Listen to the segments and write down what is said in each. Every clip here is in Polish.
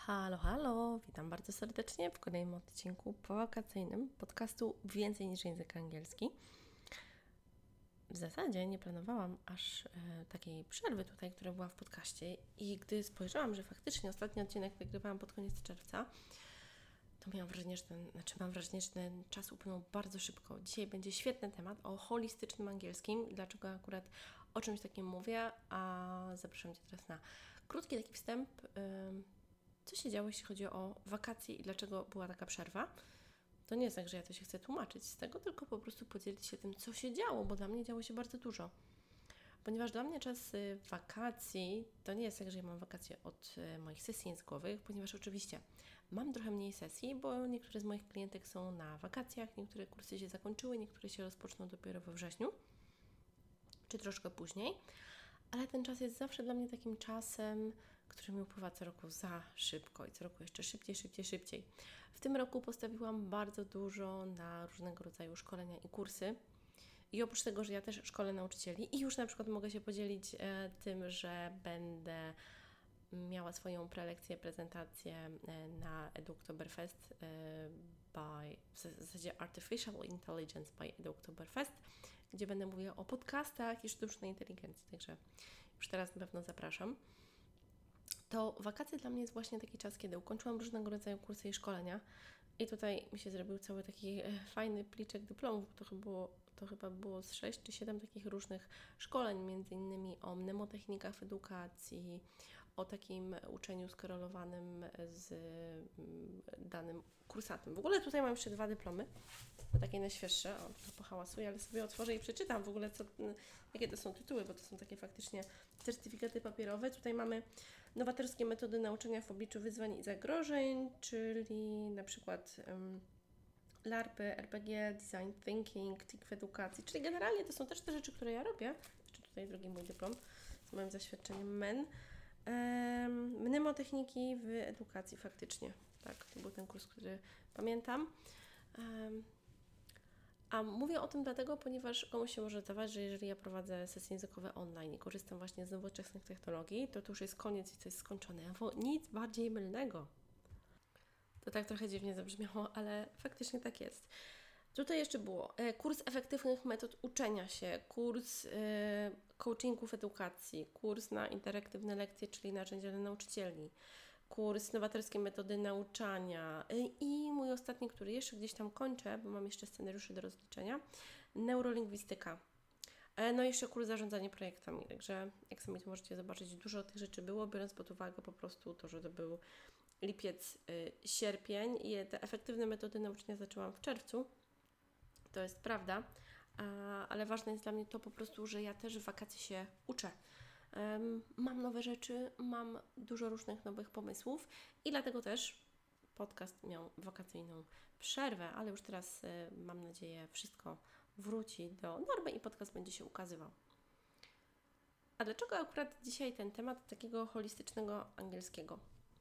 Halo, halo! Witam bardzo serdecznie w kolejnym odcinku powakacyjnym podcastu Więcej niż język angielski. W zasadzie nie planowałam aż takiej przerwy tutaj, która była w podcaście i gdy spojrzałam, że faktycznie ostatni odcinek nagrywałam pod koniec czerwca, to mam wrażenie, że ten czas upłynął bardzo szybko. Dzisiaj będzie świetny temat o holistycznym angielskim. Dlaczego akurat o czymś takim mówię? A zapraszam Cię teraz na krótki taki wstęp. Co się działo, jeśli chodzi o wakacje i dlaczego była taka przerwa? To nie jest tak, że ja to się chcę tłumaczyć z tego, tylko po prostu podzielić się tym, co się działo, bo dla mnie działo się bardzo dużo. Ponieważ dla mnie czas wakacji to nie jest tak, że ja mam wakacje od moich sesji językowych, ponieważ oczywiście mam trochę mniej sesji, bo niektóre z moich klientek są na wakacjach, niektóre kursy się zakończyły, niektóre się rozpoczną dopiero we wrześniu, czy troszkę później. Ale ten czas jest zawsze dla mnie takim czasem, który mi upływa co roku za szybko i co roku jeszcze szybciej. W tym roku postawiłam bardzo dużo na różnego rodzaju szkolenia i kursy. I oprócz tego, że ja też szkolę nauczycieli i już na przykład mogę się podzielić tym, że będę miała swoją prelekcję, prezentację na Eduoktoberfest w zasadzie Artificial Intelligence by Eduoktoberfest, gdzie będę mówiła o podcastach i sztucznej inteligencji, także już teraz na pewno zapraszam. To wakacje dla mnie jest właśnie taki czas, kiedy ukończyłam różnego rodzaju kursy i szkolenia i tutaj mi się zrobił cały taki fajny pliczek dyplomów, to chyba było z 6 czy 7 takich różnych szkoleń, między innymi o mnemotechnikach w edukacji, o takim uczeniu skorelowanym z danym kursantym. W ogóle tutaj mam jeszcze 2 dyplomy, takie najświeższe, to pohałasuję, ale sobie otworzę i przeczytam w ogóle, jakie to są tytuły, bo to są takie faktycznie certyfikaty papierowe. Tutaj mamy nowatorskie metody nauczania w obliczu wyzwań i zagrożeń, czyli na przykład LARPy, RPG, Design Thinking, TIC w edukacji, czyli generalnie to są też te rzeczy, które ja robię. Jeszcze tutaj drugi mój dyplom z moim zaświadczeniem MEN. Mnemotechniki w edukacji faktycznie. Tak, to był ten kurs, który pamiętam. A mówię o tym dlatego, ponieważ komuś się może zdawać, że jeżeli ja prowadzę sesje językowe online i korzystam właśnie z nowoczesnych technologii, to już jest koniec i to jest skończone. Bo nic bardziej mylnego. To tak trochę dziwnie zabrzmiało, ale faktycznie tak jest. Tutaj jeszcze było kurs efektywnych metod uczenia się, kurs coachingu w edukacji, kurs na interaktywne lekcje, czyli narzędzia dla nauczycieli, kurs nowatorskie metody nauczania i mój ostatni, który jeszcze gdzieś tam kończę, bo mam jeszcze scenariusze do rozliczenia, neurolingwistyka. No i jeszcze kurs zarządzania projektami, także jak sami tu możecie zobaczyć, dużo tych rzeczy było, biorąc pod uwagę po prostu to, że to był lipiec, sierpień i te efektywne metody nauczania zaczęłam w czerwcu, to jest prawda, ale ważne jest dla mnie to po prostu, że ja też w wakacje się uczę. Mam nowe rzeczy, mam dużo różnych nowych pomysłów i dlatego też podcast miał wakacyjną przerwę, ale już teraz mam nadzieję wszystko wróci do normy i podcast będzie się ukazywał. A dlaczego akurat dzisiaj ten temat takiego holistycznego angielskiego?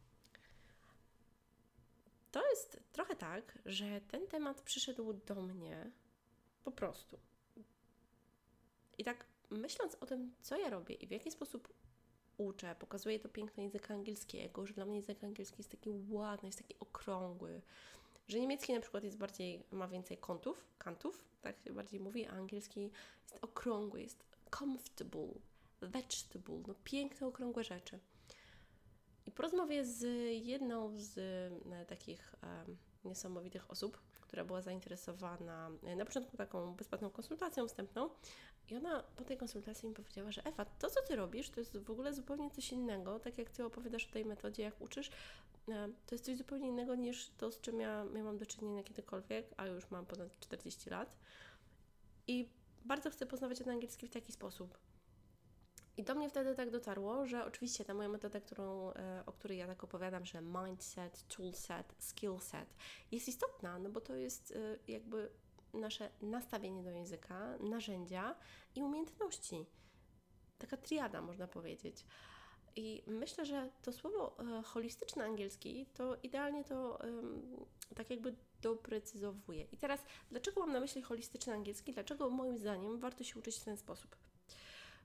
To jest trochę tak, że ten temat przyszedł do mnie po prostu. I tak myśląc o tym, co ja robię i w jaki sposób uczę, pokazuję to piękno języka angielskiego, że dla mnie język angielski jest taki ładny, jest taki okrągły, że niemiecki na przykład ma więcej kantów, tak się bardziej mówi, a angielski jest okrągły, jest comfortable, vegetable, no piękne, okrągłe rzeczy. I po rozmowie z jedną z takich niesamowitych osób, która była zainteresowana na początku taką bezpłatną konsultacją wstępną i ona po tej konsultacji mi powiedziała, że Ewa, to co Ty robisz, to jest w ogóle zupełnie coś innego, tak jak Ty opowiadasz o tej metodzie, jak uczysz, to jest coś zupełnie innego niż to, z czym ja mam do czynienia kiedykolwiek, a już mam ponad 40 lat i bardzo chcę poznawać ten angielski w taki sposób. I do mnie wtedy tak dotarło, że oczywiście ta moja metoda, o której ja tak opowiadam, że mindset, toolset, skillset jest istotna, no bo to jest jakby nasze nastawienie do języka, narzędzia i umiejętności. Taka triada, można powiedzieć. I myślę, że to słowo holistyczny angielski to idealnie to tak jakby doprecyzowuje. I teraz, dlaczego mam na myśli holistyczny angielski? Dlaczego moim zdaniem warto się uczyć w ten sposób?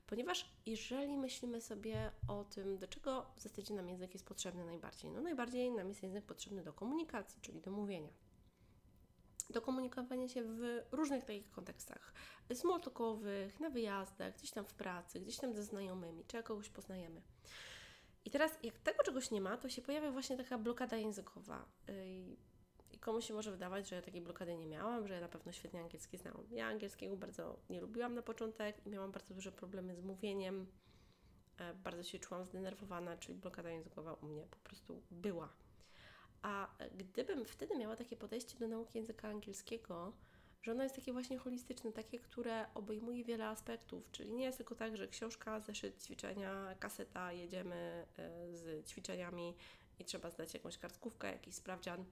Ponieważ jeżeli myślimy sobie o tym, do czego w zasadzie nam język jest potrzebny najbardziej, no najbardziej nam jest język potrzebny do komunikacji, czyli do mówienia. Do komunikowania się w różnych takich kontekstach, small talkowych, na wyjazdach, gdzieś tam w pracy, gdzieś tam ze znajomymi, czy jak kogoś poznajemy. I teraz jak tego czegoś nie ma, to się pojawia właśnie taka blokada językowa. I komuś się może wydawać, że ja takiej blokady nie miałam, że ja na pewno świetnie angielski znałam. Ja angielskiego bardzo nie lubiłam na początek i miałam bardzo duże problemy z mówieniem. Bardzo się czułam zdenerwowana, czyli blokada językowa u mnie po prostu była. A gdybym wtedy miała takie podejście do nauki języka angielskiego, że ono jest takie właśnie holistyczne, takie, które obejmuje wiele aspektów, czyli nie jest tylko tak, że książka, zeszyt, ćwiczenia, kaseta, jedziemy z ćwiczeniami i trzeba zdać jakąś kartkówkę, jakiś sprawdzian,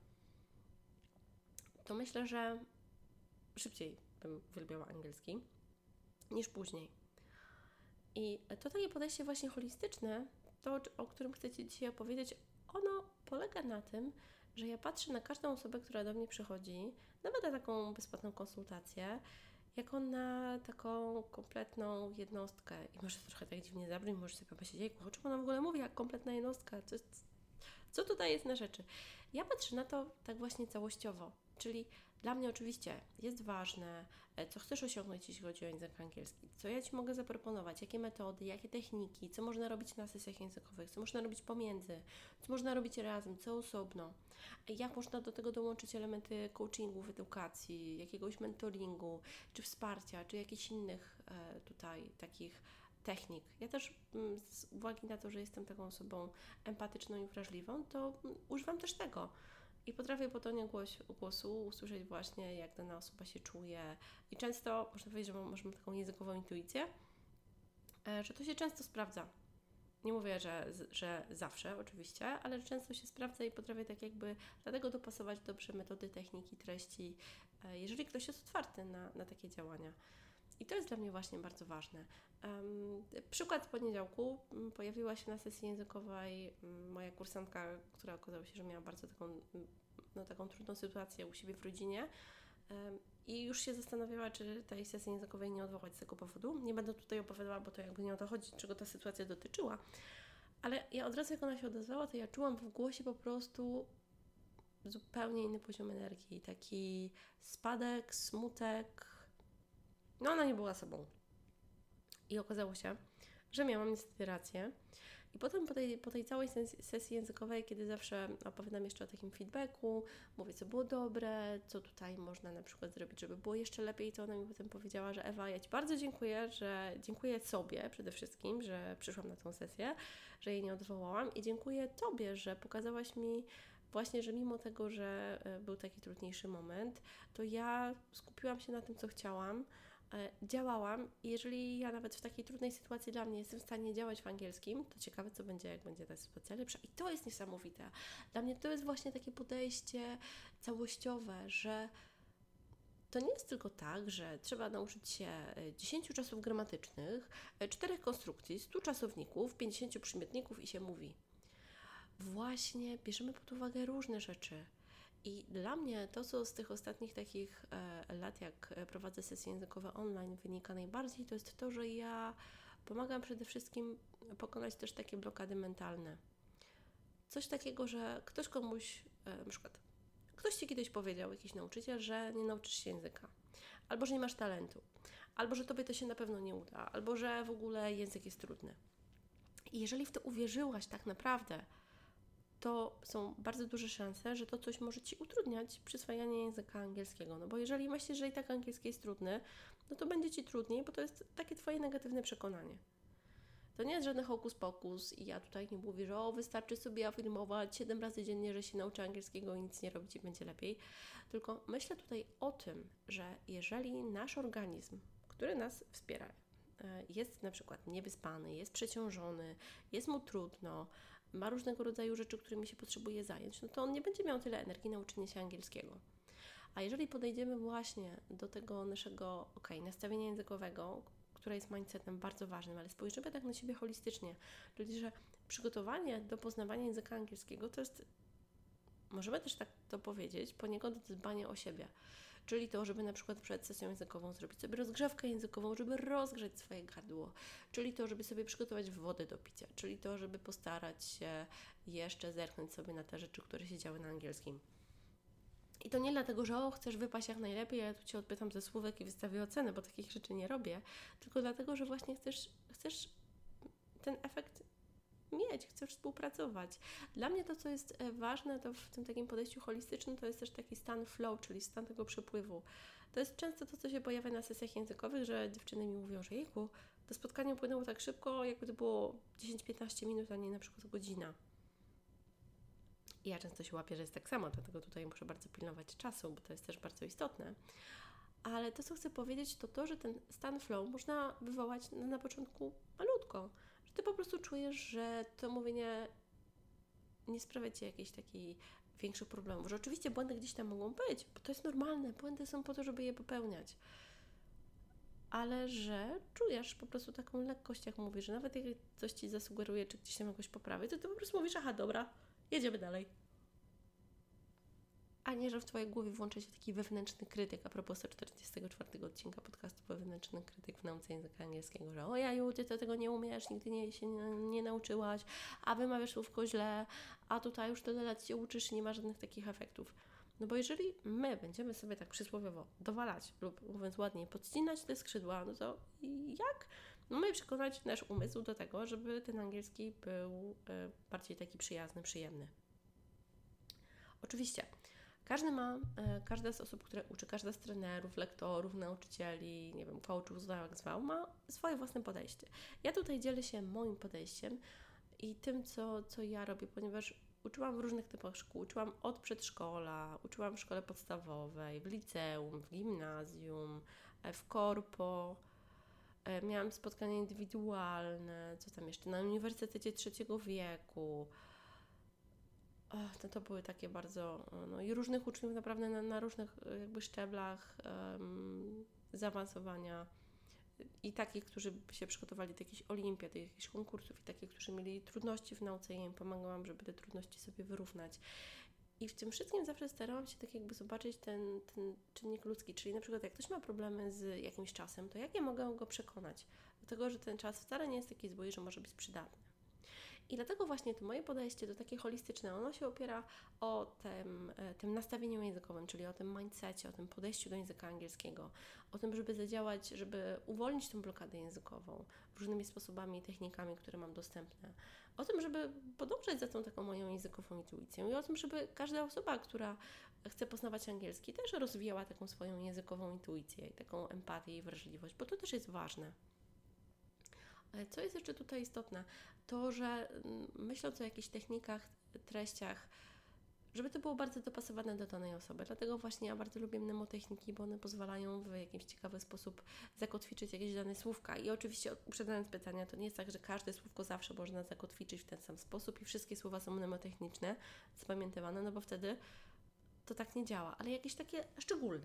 to myślę, że szybciej bym uwielbiała angielski niż później. I to takie podejście właśnie holistyczne, to o którym chcę Ci dzisiaj opowiedzieć, ono polega na tym, że ja patrzę na każdą osobę, która do mnie przychodzi, nawet na taką bezpłatną konsultację, jako na taką kompletną jednostkę. I może to trochę tak dziwnie zabrzmi, może sobie pomyśleć, o czym ona w ogóle mówi, jak kompletna jednostka, co tutaj jest na rzeczy. Ja patrzę na to tak właśnie całościowo, czyli dla mnie oczywiście jest ważne, co chcesz osiągnąć, jeśli chodzi o język angielski, co ja Ci mogę zaproponować, jakie metody, jakie techniki, co można robić na sesjach językowych, co można robić pomiędzy, co można robić razem, co osobno, jak można do tego dołączyć elementy coachingu w edukacji, jakiegoś mentoringu, czy wsparcia, czy jakichś innych tutaj takich technik. Ja też z uwagi na to, że jestem taką osobą empatyczną i wrażliwą, to używam też tego. I potrafię po tonie głosu usłyszeć właśnie, jak dana osoba się czuje. I często, można powiedzieć, że mam taką językową intuicję, że to się często sprawdza. Nie mówię, że zawsze oczywiście, ale często się sprawdza i potrafię tak jakby dlatego dopasować dobrze metody, techniki, treści, jeżeli ktoś jest otwarty na takie działania. I to jest dla mnie właśnie bardzo ważne. Przykład z poniedziałku. Pojawiła się na sesji językowej moja kursantka, która okazało się, że miała bardzo taką trudną sytuację u siebie w rodzinie i już się zastanawiała, czy tej sesji językowej nie odwołać z tego powodu. Nie będę tutaj opowiadała, bo to jakby nie o to chodzi, czego ta sytuacja dotyczyła, ale ja od razu jak ona się odezwała, to ja czułam w głosie po prostu zupełnie inny poziom energii, taki spadek, smutek. No ona nie była sobą. I okazało się, że miałam niestety rację. I potem po tej całej sesji językowej, kiedy zawsze opowiadam jeszcze o takim feedbacku, mówię, co było dobre, co tutaj można na przykład zrobić, żeby było jeszcze lepiej, to ona mi potem powiedziała, że Ewa, ja Ci bardzo dziękuję, że dziękuję sobie przede wszystkim, że przyszłam na tą sesję, że jej nie odwołałam i dziękuję Tobie, że pokazałaś mi właśnie, że mimo tego, że był taki trudniejszy moment, to ja skupiłam się na tym, co chciałam, działałam i jeżeli ja nawet w takiej trudnej sytuacji dla mnie jestem w stanie działać w angielskim, to ciekawe, co będzie, jak będzie ta sytuacja lepsza. I to jest niesamowite. Dla mnie to jest właśnie takie podejście całościowe, że to nie jest tylko tak, że trzeba nauczyć się 10 czasów gramatycznych, 4 konstrukcji, 100 czasowników, 50 przymiotników i się mówi. Właśnie bierzemy pod uwagę różne rzeczy. I dla mnie to, co z tych ostatnich takich lat, jak prowadzę sesje językowe online, wynika najbardziej, to jest to, że ja pomagam przede wszystkim pokonać też takie blokady mentalne. Coś takiego, że ktoś komuś, na przykład ktoś Ci kiedyś powiedział, jakiś nauczyciel, że nie nauczysz się języka, albo że nie masz talentu, albo że Tobie to się na pewno nie uda, albo że w ogóle język jest trudny. I jeżeli w to uwierzyłaś tak naprawdę, to są bardzo duże szanse, że to coś może Ci utrudniać przyswajanie języka angielskiego. No bo jeżeli myślisz, że i tak angielski jest trudny, no to będzie Ci trudniej, bo to jest takie Twoje negatywne przekonanie. To nie jest żaden hokus pokus i ja tutaj nie mówię, że wystarczy sobie afirmować 7 razy dziennie, że się nauczę angielskiego i nic nie robić i będzie lepiej. Tylko myślę tutaj o tym, że jeżeli nasz organizm, który nas wspiera, jest na przykład niewyspany, jest przeciążony, jest mu trudno, ma różnego rodzaju rzeczy, którymi się potrzebuje zająć, no to on nie będzie miał tyle energii na uczenie się angielskiego. A jeżeli podejdziemy właśnie do tego naszego nastawienia językowego, które jest mindsetem bardzo ważnym, ale spojrzymy tak na siebie holistycznie, czyli że przygotowanie do poznawania języka angielskiego to jest, możemy też tak to powiedzieć, poniekąd dbanie o siebie. czyli to, żeby na przykład przed sesją językową zrobić sobie rozgrzewkę językową, żeby rozgrzać swoje gardło, czyli to, żeby sobie przygotować wodę do picia, czyli to, żeby postarać się jeszcze zerknąć sobie na te rzeczy, które się działy na angielskim. I to nie dlatego, że chcesz wypaść jak najlepiej, ja tu Cię odpytam ze słówek i wystawię ocenę, bo takich rzeczy nie robię, tylko dlatego, że właśnie chcesz ten efekt mieć, chcesz współpracować. Dla mnie to, co jest ważne, to w tym takim podejściu holistycznym, to jest też taki stan flow, czyli stan tego przepływu. To jest często to, co się pojawia na sesjach językowych, że dziewczyny mi mówią, że jejku, to spotkanie płynęło tak szybko, jakby to było 10-15 minut, a nie na przykład godzina. I ja często się łapię, że jest tak samo, dlatego tutaj muszę bardzo pilnować czasu, bo to jest też bardzo istotne. Ale to, co chcę powiedzieć, to to, że ten stan flow można wywołać na początku malutko. Że Ty po prostu czujesz, że to mówienie nie sprawia Ci jakichś takich większych problemów. Że oczywiście błędy gdzieś tam mogą być, bo to jest normalne. Błędy są po to, żeby je popełniać. Ale że czujesz po prostu taką lekkość, jak mówisz, że nawet jak coś Ci zasugeruje, czy gdzieś tam jakoś poprawi, to Ty po prostu mówisz, aha, dobra, jedziemy dalej. A nie, że w Twojej głowie włącza się taki wewnętrzny krytyk, a propos 144 odcinka podcastu Wewnętrzny krytyk w nauce języka angielskiego, że o jaju, Ty to tego nie umiesz, nigdy się nie nauczyłaś, a wymawiasz słówko źle, a tutaj już tyle lat się uczysz i nie ma żadnych takich efektów. No bo jeżeli my będziemy sobie tak przysłowiowo dowalać lub, mówiąc ładniej, podcinać te skrzydła, no to jak? No my przekonać nasz umysł do tego, żeby ten angielski był bardziej taki przyjazny, przyjemny. Oczywiście, każda z osób, które uczy, każda z trenerów, lektorów, nauczycieli, nie wiem, coachów, jak zwał, ma swoje własne podejście. Ja tutaj dzielę się moim podejściem i tym, co ja robię, ponieważ uczyłam w różnych typach szkół. Uczyłam od przedszkola, uczyłam w szkole podstawowej, w liceum, w gimnazjum, w korpo. Miałam spotkania indywidualne, co tam jeszcze, na Uniwersytecie Trzeciego Wieku. To były takie bardzo, i różnych uczniów naprawdę na różnych jakby szczeblach zaawansowania i takich, którzy się przygotowali do jakichś olimpiad, do jakichś konkursów i takich, którzy mieli trudności w nauce i ja im pomagałam, żeby te trudności sobie wyrównać. I w tym wszystkim zawsze starałam się tak jakby zobaczyć ten czynnik ludzki, czyli na przykład jak ktoś ma problemy z jakimś czasem, to jak ja mogę go przekonać do tego, że ten czas wcale nie jest taki zły i że może być przydatny. I dlatego właśnie to moje podejście to takie holistyczne, ono się opiera o tym nastawieniu językowym, czyli o tym mindsetie, o tym podejściu do języka angielskiego, o tym, żeby zadziałać, żeby uwolnić tą blokadę językową różnymi sposobami i technikami, które mam dostępne. O tym, żeby podążać za tą taką moją językową intuicją i o tym, żeby każda osoba, która chce poznawać angielski, też rozwijała taką swoją językową intuicję i taką empatię i wrażliwość, bo to też jest ważne. Co jest jeszcze tutaj istotne, to, że myśląc o jakichś technikach, treściach, żeby to było bardzo dopasowane do danej osoby. Dlatego właśnie ja bardzo lubię mnemotechniki, bo one pozwalają w jakiś ciekawy sposób zakotwiczyć jakieś dane słówka. I oczywiście uprzedzając pytania, to nie jest tak, że każde słówko zawsze można zakotwiczyć w ten sam sposób i wszystkie słowa są mnemotechniczne, zapamiętywane, no bo wtedy to tak nie działa, ale jakieś takie szczególne.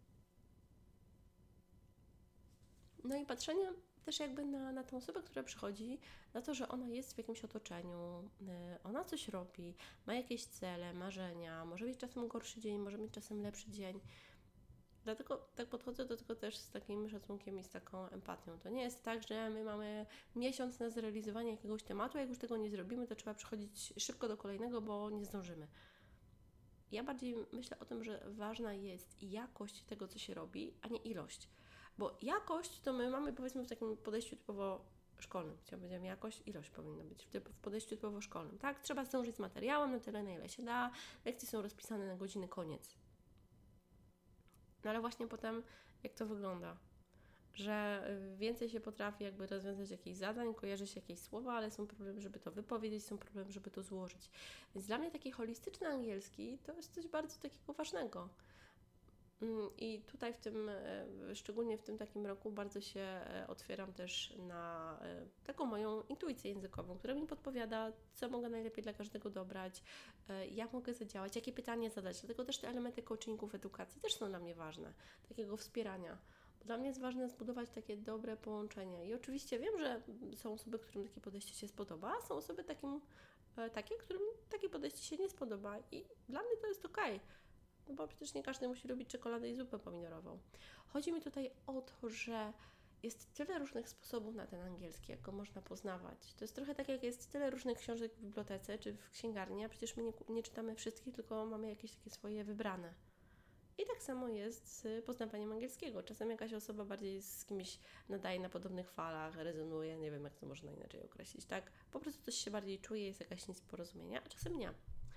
No i patrzenie też jakby na tą osobę, która przychodzi, na to, że ona jest w jakimś otoczeniu, ona coś robi, ma jakieś cele, marzenia, może mieć czasem gorszy dzień, może mieć czasem lepszy dzień. Dlatego tak podchodzę do tego też z takim szacunkiem i z taką empatią. To nie jest tak, że my mamy miesiąc na zrealizowanie jakiegoś tematu, a jak już tego nie zrobimy, to trzeba przechodzić szybko do kolejnego, bo nie zdążymy. Ja bardziej myślę o tym, że ważna jest jakość tego, co się robi, a nie ilość. Bo jakość to my mamy, powiedzmy, w takim podejściu typowo szkolnym. Chciałabym powiedzieć, jakość, ilość powinna być w podejściu typowo szkolnym. Tak, trzeba zdążyć z materiałem na tyle, na ile się da. Lekcje są rozpisane na godziny, koniec. No ale właśnie potem, jak to wygląda? Że więcej się potrafi jakby rozwiązać jakichś zadań, kojarzy się jakieś słowa, ale są problemy, żeby to wypowiedzieć, są problemy, żeby to złożyć. Więc dla mnie taki holistyczny angielski to jest coś bardzo takiego ważnego. I tutaj szczególnie w tym takim roku bardzo się otwieram też na taką moją intuicję językową, która mi podpowiada, co mogę najlepiej dla każdego dobrać, jak mogę zadziałać, jakie pytanie zadać. Dlatego też te elementy coachingów, edukacji też są dla mnie ważne, takiego wspierania. Bo dla mnie jest ważne zbudować takie dobre połączenie. I oczywiście wiem, że są osoby, którym takie podejście się spodoba, a są osoby takie, którym takie podejście się nie spodoba. I dla mnie to jest okej. No bo przecież nie każdy musi lubić czekoladę i zupę pomidorową. Chodzi mi tutaj o to, że jest tyle różnych sposobów na ten angielski, jak go można poznawać. To jest trochę tak, jak jest tyle różnych książek w bibliotece czy w księgarni, a przecież my nie czytamy wszystkich, tylko mamy jakieś takie swoje wybrane. I tak samo jest z poznawaniem angielskiego. Czasem jakaś osoba bardziej z kimś nadaje na podobnych falach, rezonuje, nie wiem jak to można inaczej określić, tak? Po prostu coś się bardziej czuje, jest jakaś nic porozumienia, a czasem nie.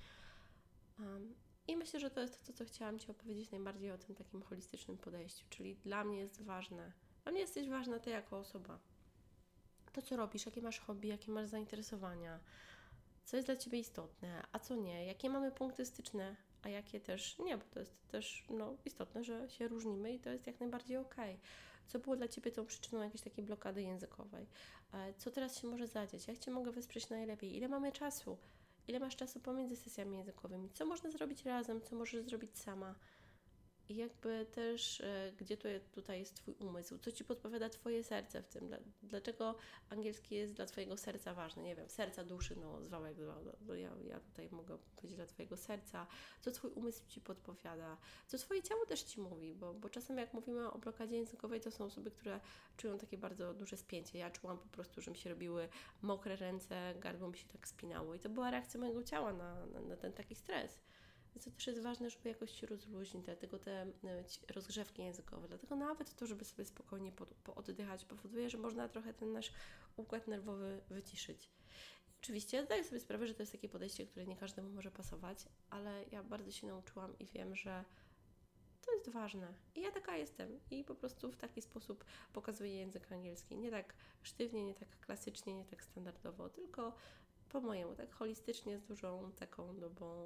I myślę, że to jest to, co chciałam Ci opowiedzieć najbardziej o tym takim holistycznym podejściu, czyli dla mnie jest ważne, dla mnie jesteś ważna Ty jako osoba. To, co robisz, jakie masz hobby, jakie masz zainteresowania, co jest dla Ciebie istotne, a co nie, jakie mamy punkty styczne, a jakie też nie, bo to jest też istotne, że się różnimy i to jest jak najbardziej okej. Co było dla Ciebie tą przyczyną jakiejś takiej blokady językowej? Co teraz się może zadziać? Jak Cię mogę wesprzeć najlepiej? Ile mamy czasu? Ile masz czasu pomiędzy sesjami językowymi? Co można zrobić razem? Co możesz zrobić sama? I jakby też, gdzie tutaj jest Twój umysł, co Ci podpowiada Twoje serce w tym, dlaczego angielski jest dla Twojego serca ważny, nie wiem, serca, duszy, zwał jak zwał, ja tutaj mogę powiedzieć dla Twojego serca, co Twój umysł Ci podpowiada, co Twoje ciało też Ci mówi, bo czasem jak mówimy o blokadzie językowej, to są osoby, które czują takie bardzo duże spięcie. Ja czułam po prostu, że mi się robiły mokre ręce, gardło mi się tak spinało i to była reakcja mojego ciała na ten taki stres. Więc to też jest ważne, żeby jakoś się rozluźnić, dlatego te rozgrzewki językowe, dlatego nawet to, żeby sobie spokojnie pooddychać, powoduje, że można trochę ten nasz układ nerwowy wyciszyć. Oczywiście zdaję sobie sprawę, że to jest takie podejście, które nie każdemu może pasować, ale ja bardzo się nauczyłam i wiem, że to jest ważne. I ja taka jestem i po prostu w taki sposób pokazuję język angielski. Nie tak sztywnie, nie tak klasycznie, nie tak standardowo, tylko po mojemu, tak holistycznie, z dużą taką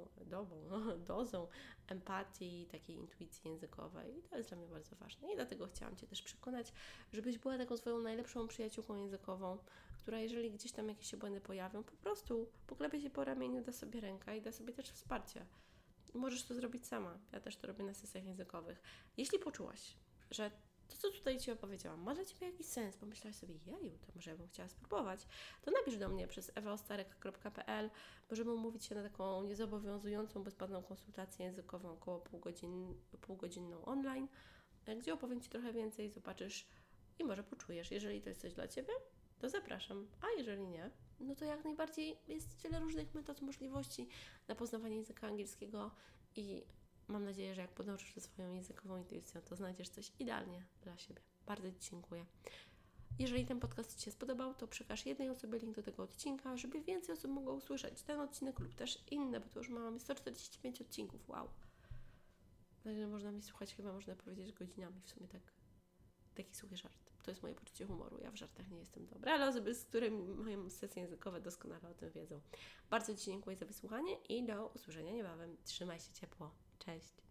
dozą empatii, takiej intuicji językowej. I to jest dla mnie bardzo ważne. I dlatego chciałam Cię też przekonać, żebyś była taką swoją najlepszą przyjaciółką językową, która jeżeli gdzieś tam jakieś się błędy pojawią, po prostu poklepie się po ramieniu, da sobie rękę i da sobie też wsparcie. Możesz to zrobić sama. Ja też to robię na sesjach językowych. Jeśli poczułaś, że to, co tutaj Ci opowiedziałam, ma dla Ciebie jakiś sens, pomyślałaś sobie, jeju, to może ja bym chciała spróbować, to napisz do mnie przez ewaostarek.pl. Możemy umówić się na taką niezobowiązującą, bezpłatną konsultację językową, około półgodzinną online, gdzie opowiem Ci trochę więcej, zobaczysz i może poczujesz. Jeżeli to jest coś dla Ciebie, to zapraszam, a jeżeli nie, no to jak najbardziej jest tyle różnych metod, możliwości na poznawanie języka angielskiego i mam nadzieję, że jak podążysz ze swoją językową intuicją, to znajdziesz coś idealnie dla siebie. Bardzo Ci dziękuję. Jeżeli ten podcast Ci się spodobał, to przekaż jednej osobie link do tego odcinka, żeby więcej osób mogło usłyszeć ten odcinek lub też inne, bo to już mamy 145 odcinków, wow. Także można mi słuchać, chyba można powiedzieć godzinami, w sumie taki suchy żart. To jest moje poczucie humoru. Ja w żartach nie jestem dobra, ale osoby, z którymi mają sesje językowe, doskonale o tym wiedzą. Bardzo Ci dziękuję za wysłuchanie i do usłyszenia niebawem. Trzymaj się ciepło. Cześć.